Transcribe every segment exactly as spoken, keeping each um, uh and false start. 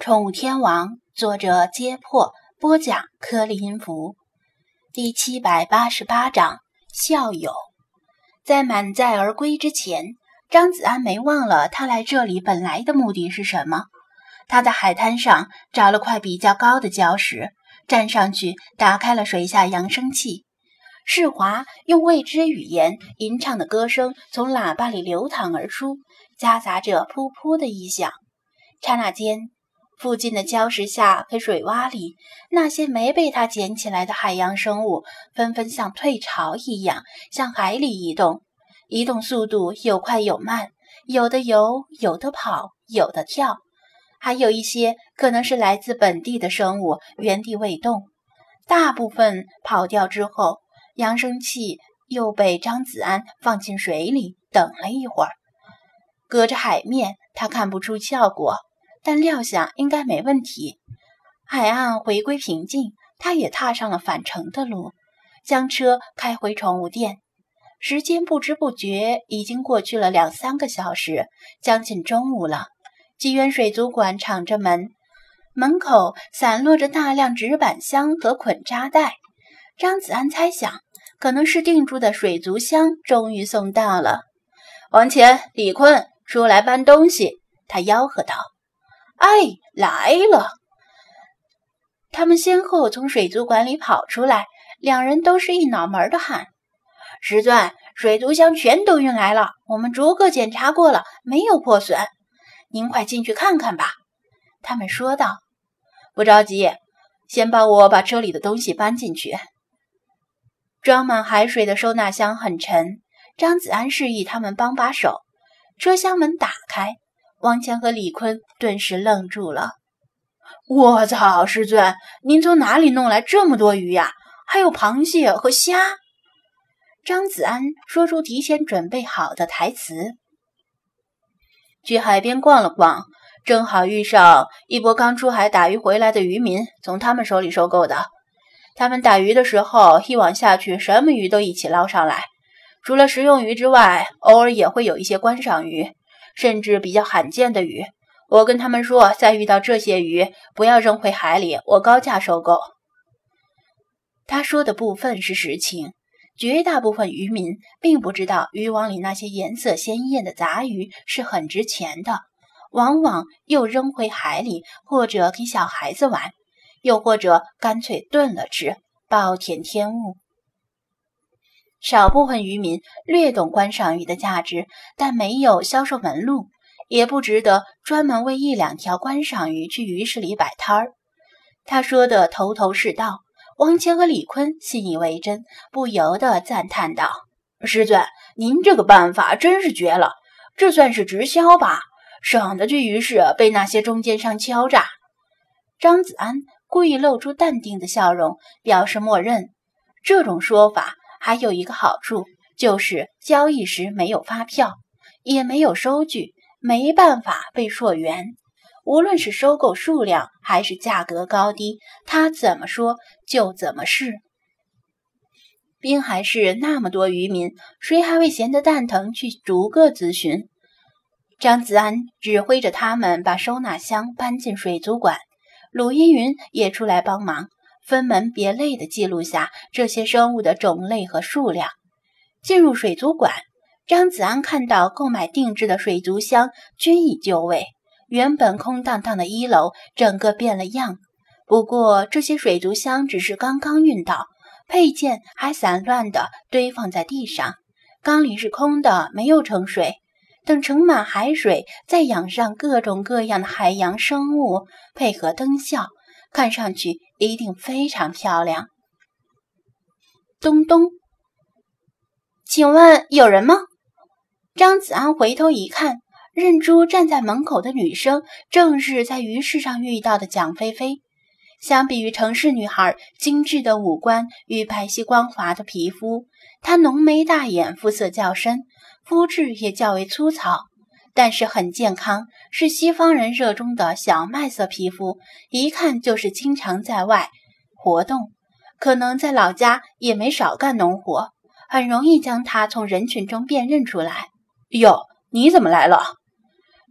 宠物天王，作者揭破，播讲颗粒音符。第七百八十八章校友。在满载而归之前，张子安没忘了他来这里本来的目的是什么。他在海滩上找了块比较高的礁石，站上去打开了水下扬声器。世华用未知语言吟唱的歌声从喇叭里流淌而出，夹杂着噗噗的异响。刹那间，附近的礁石下和水洼里，那些没被他捡起来的海洋生物纷纷像退潮一样向海里移动，移动速度有快有慢，有的游，有的跑，有的跳，还有一些可能是来自本地的生物原地未动。大部分跑掉之后，扬声器又被张子安放进水里等了一会儿。隔着海面他看不出效果，但料想应该没问题。海岸回归平静，他也踏上了返程的路，将车开回宠物店。时间不知不觉已经过去了两三个小时，将近中午了。吉源水族馆敞着门，门口散落着大量纸板箱和捆扎带。张子安猜想，可能是订住的水族箱终于送到了。王乾、李坤，出来搬东西，他吆喝道。哎，来了！他们先后从水族馆里跑出来，两人都是一脑门的喊：师尊，水族箱全都运来了，我们逐个检查过了，没有破损，您快进去看看吧。他们说道。不着急，先帮我把车里的东西搬进去。装满海水的收纳箱很沉，张子安示意他们帮把手。车厢门打开，王强和李坤顿时愣住了。我操，师尊，您从哪里弄来这么多鱼呀？还有螃蟹和虾。张子安说出提前准备好的台词。去海边逛了逛，正好遇上一波刚出海打鱼回来的渔民，从他们手里收购的。他们打鱼的时候，一网下去，什么鱼都一起捞上来。除了食用鱼之外，偶尔也会有一些观赏鱼，甚至比较罕见的鱼。我跟他们说，再遇到这些鱼，不要扔回海里，我高价收购。他说的部分是实情，绝大部分渔民并不知道渔网里那些颜色鲜艳的杂鱼是很值钱的，往往又扔回海里，或者给小孩子玩，又或者干脆炖了吃，暴殄天物。少部分渔民略懂观赏鱼的价值，但没有销售门路，也不值得专门为一两条观赏鱼去鱼市里摆摊儿。他说的头头是道，王乾和李坤信以为真，不由得赞叹道：师尊，您这个办法真是绝了，这算是直销吧，省得去鱼市被那些中间商敲诈。张子安故意露出淡定的笑容，表示默认。这种说法还有一个好处，就是交易时没有发票，也没有收据，没办法被溯源。无论是收购数量还是价格高低，他怎么说就怎么是。滨海市那么多渔民，谁还会闲得蛋疼去逐个咨询？张子安指挥着他们把收纳箱搬进水族馆，鲁依云也出来帮忙，分门别类地记录下这些生物的种类和数量。进入水族馆，张子安看到购买定制的水族箱均已就位，原本空荡荡的一楼整个变了样。不过这些水族箱只是刚刚运到，配件还散乱地堆放在地上，缸里是空的，没有盛水。等盛满海水，再养上各种各样的海洋生物，配合灯效，看上去一定非常漂亮。咚咚，请问有人吗？张子安回头一看，认出站在门口的女生正是在鱼市上遇到的蒋菲菲。相比于城市女孩精致的五官与白皙光滑的皮肤，她浓眉大眼，肤色较深，肤质也较为粗糙，但是很健康，是西方人热衷的小麦色皮肤，一看就是经常在外活动，可能在老家也没少干农活，很容易将她从人群中辨认出来。哟，你怎么来了？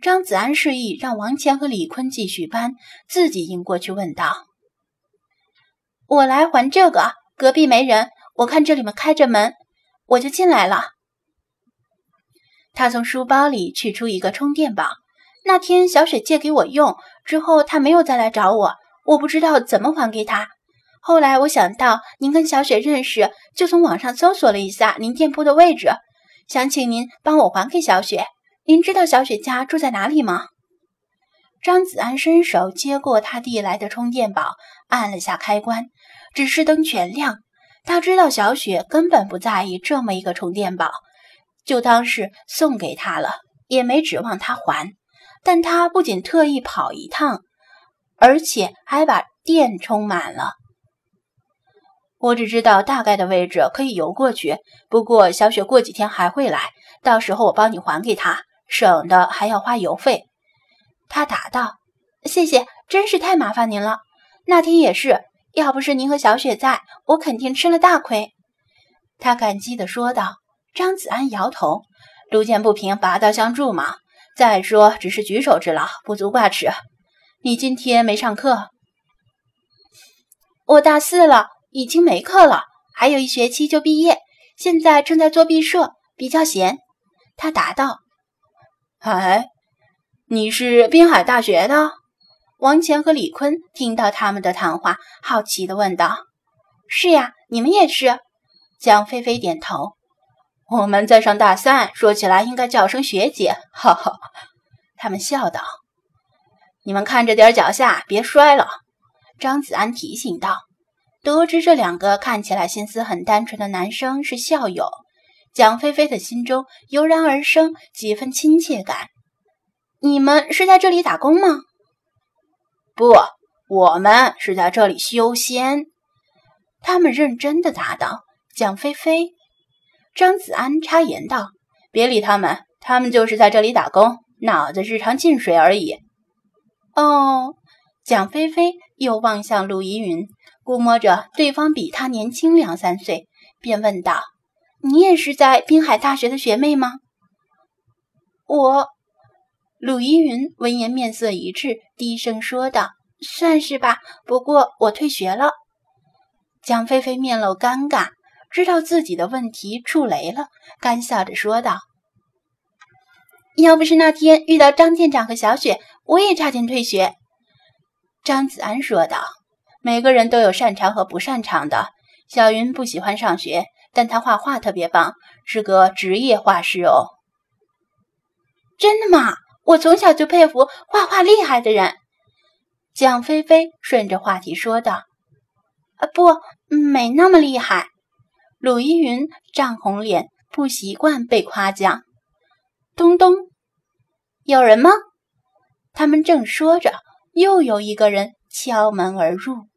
张子安示意让王乾和李坤继续搬，自己迎过去问道：“我来还这个，隔壁没人，我看这里面开着门，我就进来了。”他从书包里取出一个充电宝，那天小雪借给我用，之后他没有再来找我，我不知道怎么还给他。后来我想到您跟小雪认识，就从网上搜索了一下您店铺的位置，想请您帮我还给小雪。您知道小雪家住在哪里吗？张子安伸手接过他递来的充电宝，按了下开关，指示灯全亮。他知道小雪根本不在意这么一个充电宝，就当是送给他了，也没指望他还。但他不仅特意跑一趟，而且还把电充满了。我只知道大概的位置，可以游过去，不过小雪过几天还会来，到时候我帮你还给她，省得还要花邮费。他答道：“谢谢，真是太麻烦您了。那天也是，要不是您和小雪在，我肯定吃了大亏。”他感激地说道。张子安摇头：“路见不平拔刀相助嘛，再说只是举手之劳，不足挂齿。你今天没上课？”“我大四了，已经没课了，还有一学期就毕业，现在正在做毕设，比较闲。”他答道。“哎，你是滨海大学的？”王乾和李坤听到他们的谈话，好奇地问道。“是呀，你们也是。”蒋菲菲点头。“我们在上大三，说起来应该叫声学姐，哈哈。”他们笑道。“你们看着点脚下，别摔了。”张子安提醒道。得知这两个看起来心思很单纯的男生是校友，蒋菲菲的心中油然而生几分亲切感。“你们是在这里打工吗？”“不，我们是在这里修仙。”他们认真地答道。蒋菲菲。张子安插言道：“别理他们，他们就是在这里打工，脑子日常进水而已。”“哦。”蒋菲菲又望向陆依云，估摸着对方比他年轻两三岁，便问道：“你也是在滨海大学的学妹吗？”“我……”陆依云闻言面色一滞，低声说道：“算是吧，不过我退学了。”蒋菲菲面露尴尬，知道自己的问题触雷了，干笑着说道：“要不是那天遇到张店长和小雪，我也差点退学。”张子安说道：“每个人都有擅长和不擅长的。小云不喜欢上学，但她画画特别棒，是个职业画师哦。”“真的吗？我从小就佩服画画厉害的人。”蒋菲菲顺着话题说道。“啊，不，没那么厉害。”鲁依云涨红脸，不习惯被夸奖。咚咚，有人吗？他们正说着，又有一个人敲门而入。